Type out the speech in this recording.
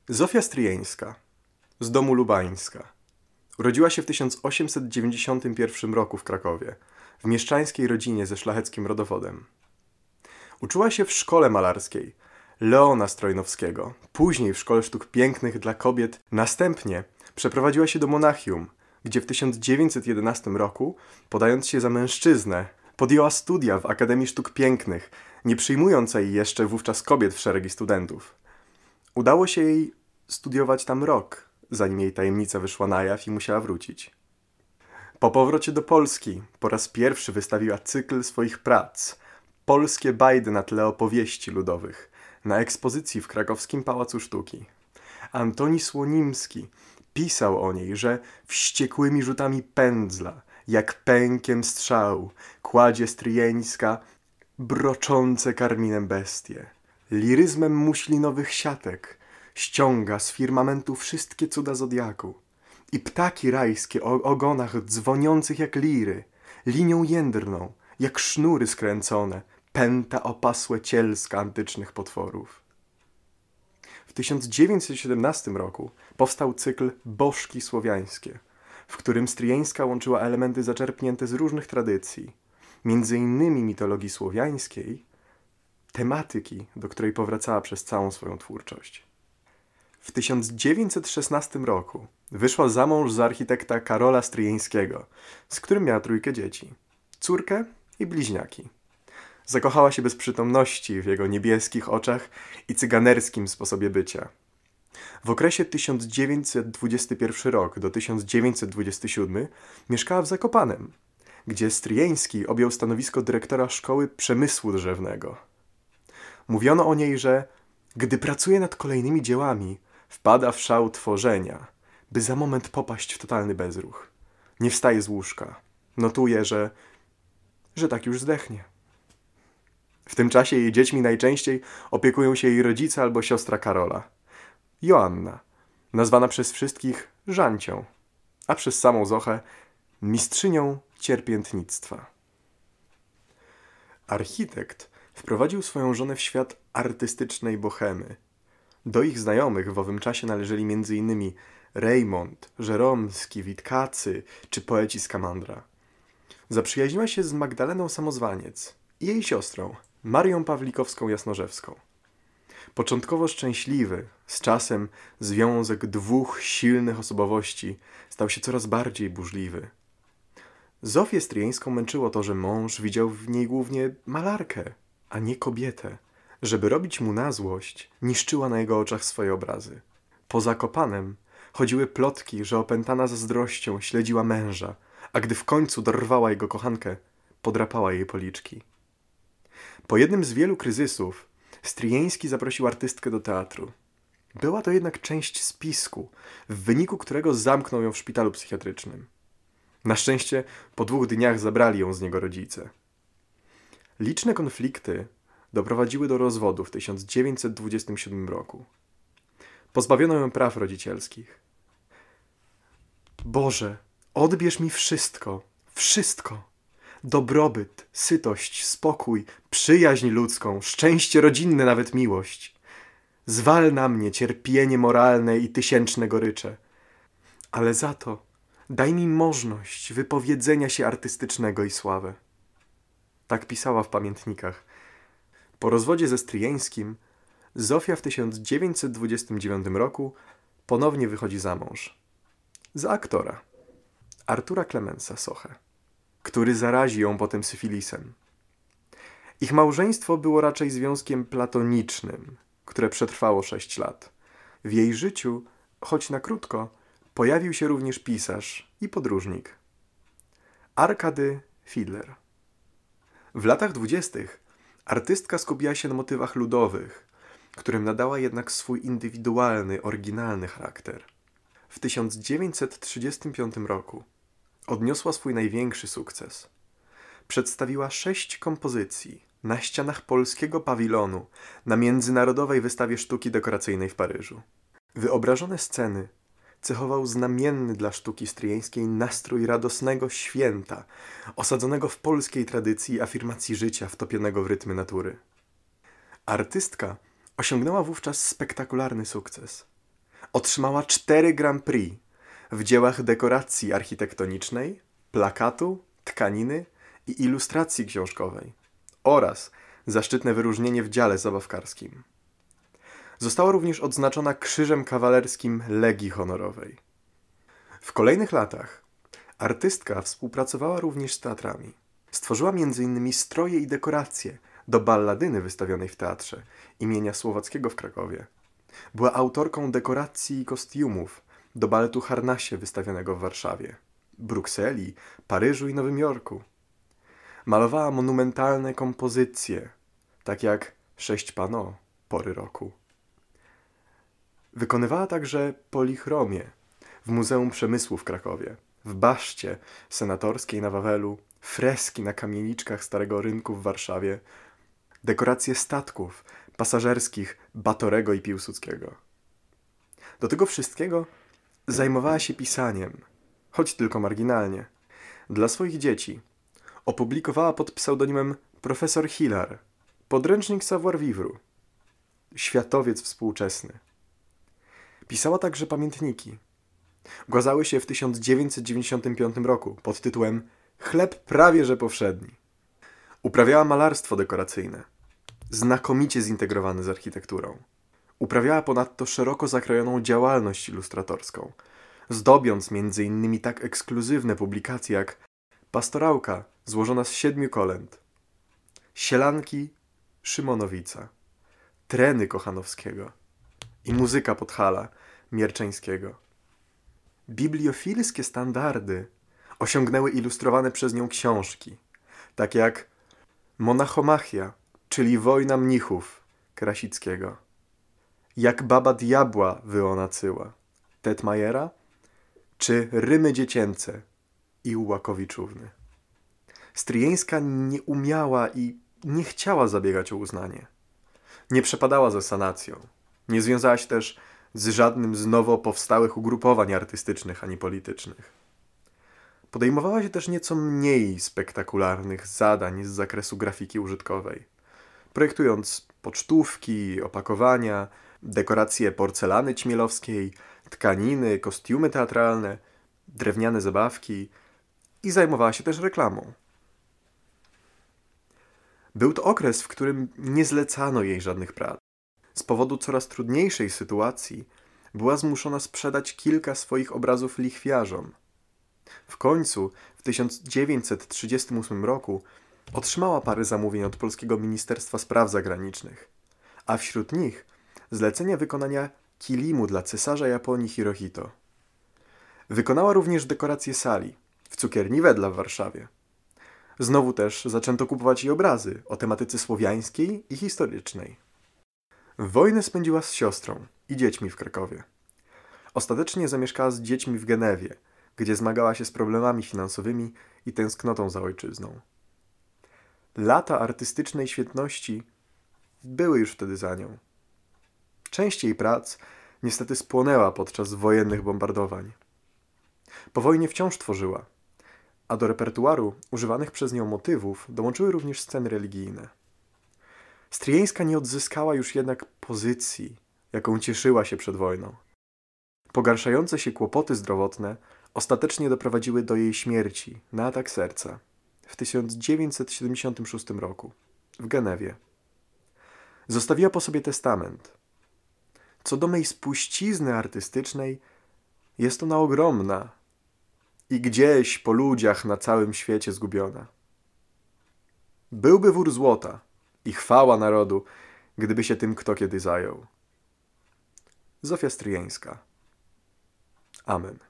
Zofia Stryjeńska, z domu Lubańska. Urodziła się w 1891 roku w Krakowie, w mieszczańskiej rodzinie ze szlacheckim rodowodem. Uczyła się w szkole malarskiej Leona Strojnowskiego, później w Szkole Sztuk Pięknych dla kobiet. Następnie przeprowadziła się do Monachium, gdzie w 1911 roku, podając się za mężczyznę, podjęła studia w Akademii Sztuk Pięknych, nie przyjmującej jeszcze wówczas kobiet w szeregi studentów. Udało się jej studiować tam rok, zanim jej tajemnica wyszła na jaw i musiała wrócić. Po powrocie do Polski po raz pierwszy wystawiła cykl swoich prac Polskie bajdy na tle opowieści ludowych na ekspozycji w krakowskim Pałacu Sztuki. Antoni Słonimski pisał o niej, że wściekłymi rzutami pędzla, jak pękiem strzału, kładzie Stryjeńska broczące karminem bestie. Liryzmem muślinowych siatek ściąga z firmamentu wszystkie cuda zodiaku i ptaki rajskie o ogonach dzwoniących jak liry, linią jędrną, jak sznury skręcone, pęta opasłe cielska antycznych potworów. W 1917 roku powstał cykl Bożki Słowiańskie, w którym Stryjeńska łączyła elementy zaczerpnięte z różnych tradycji, między innymi mitologii słowiańskiej, tematyki, do której powracała przez całą swoją twórczość. W 1916 roku wyszła za mąż za architekta Karola Stryjeńskiego, z którym miała 3 dzieci, córkę i bliźniaki. Zakochała się bez przytomności w jego niebieskich oczach i cyganerskim sposobie bycia. W okresie 1921 rok do 1927 mieszkała w Zakopanem, gdzie Stryjeński objął stanowisko dyrektora Szkoły Przemysłu Drzewnego. Mówiono o niej, że gdy pracuje nad kolejnymi dziełami, wpada w szał tworzenia, by za moment popaść w totalny bezruch. Nie wstaje z łóżka. Notuje, że tak już zdechnie. W tym czasie jej dziećmi najczęściej opiekują się jej rodzice albo siostra Karola. Joanna, nazwana przez wszystkich Żancią, a przez samą Zochę mistrzynią cierpiętnictwa. Architekt wprowadził swoją żonę w świat artystycznej bohemy. Do ich znajomych w owym czasie należeli m.in. Rejmont, Żeromski, Witkacy czy poeci z Kamandra. Zaprzyjaźniła się z Magdaleną Samozwaniec i jej siostrą, Marią Pawlikowską-Jasnorzewską. Początkowo szczęśliwy, z czasem związek 2 silnych osobowości stał się coraz bardziej burzliwy. Zofię Stryjeńską męczyło to, że mąż widział w niej głównie malarkę, a nie kobietę. Żeby robić mu na złość, niszczyła na jego oczach swoje obrazy. Po Zakopanem chodziły plotki, że opętana zazdrością śledziła męża, a gdy w końcu dorwała jego kochankę, podrapała jej policzki. Po jednym z wielu kryzysów Stryjeński zaprosił artystkę do teatru. Była to jednak część spisku, w wyniku którego zamknął ją w szpitalu psychiatrycznym. Na szczęście po 2 dniach zabrali ją z niego rodzice. Liczne konflikty doprowadziły do rozwodu w 1927 roku. Pozbawiono ją praw rodzicielskich. Boże, odbierz mi wszystko, wszystko. Dobrobyt, sytość, spokój, przyjaźń ludzką, szczęście rodzinne, nawet miłość. Zwal na mnie cierpienie moralne i tysięczne gorycze. Ale za to daj mi możność wypowiedzenia się artystycznego i sławę. Tak pisała w pamiętnikach. Po rozwodzie ze Stryjeńskim Zofia w 1929 roku ponownie wychodzi za mąż. Za aktora, Artura Klemensa Sochę, który zarazi ją potem syfilisem. Ich małżeństwo było raczej związkiem platonicznym, które przetrwało 6 lat. W jej życiu, choć na krótko, pojawił się również pisarz i podróżnik. Arkady Fiedler. W latach 20. artystka skupiła się na motywach ludowych, którym nadała jednak swój indywidualny, oryginalny charakter. W 1935 roku odniosła swój największy sukces. Przedstawiła 6 kompozycji na ścianach polskiego pawilonu na Międzynarodowej Wystawie Sztuki Dekoracyjnej w Paryżu. Wyobrażone sceny cechował znamienny dla sztuki stryjeńskiej nastrój radosnego święta, osadzonego w polskiej tradycji i afirmacji życia wtopionego w rytmy natury. Artystka osiągnęła wówczas spektakularny sukces. Otrzymała 4 Grand Prix w dziełach dekoracji architektonicznej, plakatu, tkaniny i ilustracji książkowej oraz zaszczytne wyróżnienie w dziale zabawkarskim. Została również odznaczona Krzyżem Kawalerskim Legii Honorowej. W kolejnych latach artystka współpracowała również z teatrami. Stworzyła m.in. stroje i dekoracje do balladyny wystawionej w Teatrze imienia Słowackiego w Krakowie. Była autorką dekoracji i kostiumów do baletu Harnasie wystawionego w Warszawie, Brukseli, Paryżu i Nowym Jorku. Malowała monumentalne kompozycje, tak jak 6 Panneaux, Pory roku. Wykonywała także polichromię w Muzeum Przemysłu w Krakowie, w Baszcie Senatorskiej na Wawelu, freski na kamieniczkach Starego Rynku w Warszawie, dekoracje statków pasażerskich Batorego i Piłsudskiego. Do tego wszystkiego zajmowała się pisaniem, choć tylko marginalnie. Dla swoich dzieci opublikowała pod pseudonimem Profesor Hilar podręcznik savoir-vivre, światowiec współczesny. Pisała także pamiętniki. Ukazały się w 1995 roku pod tytułem Chleb prawie że powszedni. Uprawiała malarstwo dekoracyjne, znakomicie zintegrowane z architekturą. Uprawiała ponadto szeroko zakrojoną działalność ilustratorską, zdobiąc m.in. tak ekskluzywne publikacje jak Pastorałka złożona z 7 kolęd, Sielanki Szymonowica, Treny Kochanowskiego i Muzyka Podhala Mierczeńskiego. Bibliofilskie standardy osiągnęły ilustrowane przez nią książki, tak jak Monachomachia, czyli Wojna mnichów Krasickiego, Jak baba diabła wyonacyła Tetmajera, czy Rymy dziecięce i Ułakowiczówny. Stryjeńska nie umiała i nie chciała zabiegać o uznanie. Nie przepadała za sanacją. Nie związała się też z żadnym z nowo powstałych ugrupowań artystycznych ani politycznych. Podejmowała się też nieco mniej spektakularnych zadań z zakresu grafiki użytkowej, projektując pocztówki, opakowania, dekoracje porcelany ćmielowskiej, tkaniny, kostiumy teatralne, drewniane zabawki i zajmowała się też reklamą. Był to okres, w którym nie zlecano jej żadnych prac. Z powodu coraz trudniejszej sytuacji była zmuszona sprzedać kilka swoich obrazów lichwiarzom. W końcu, w 1938 roku, otrzymała parę zamówień od polskiego Ministerstwa Spraw Zagranicznych, a wśród nich zlecenie wykonania kilimu dla cesarza Japonii Hirohito. Wykonała również dekorację sali w cukierni Wedla w Warszawie. Znowu też zaczęto kupować jej obrazy o tematyce słowiańskiej i historycznej. Wojnę spędziła z siostrą i dziećmi w Krakowie. Ostatecznie zamieszkała z dziećmi w Genewie, gdzie zmagała się z problemami finansowymi i tęsknotą za ojczyzną. Lata artystycznej świetności były już wtedy za nią. Część jej prac niestety spłonęła podczas wojennych bombardowań. Po wojnie wciąż tworzyła, a do repertuaru używanych przez nią motywów dołączyły również sceny religijne. Stryjeńska nie odzyskała już jednak pozycji, jaką cieszyła się przed wojną. Pogarszające się kłopoty zdrowotne ostatecznie doprowadziły do jej śmierci na atak serca w 1976 roku w Genewie. Zostawiła po sobie testament. Co do mej spuścizny artystycznej, jest ona ogromna i gdzieś po ludziach na całym świecie zgubiona. Byłby wór złota i chwała narodu, gdyby się tym kto kiedy zajął. Zofia Stryjeńska. Amen.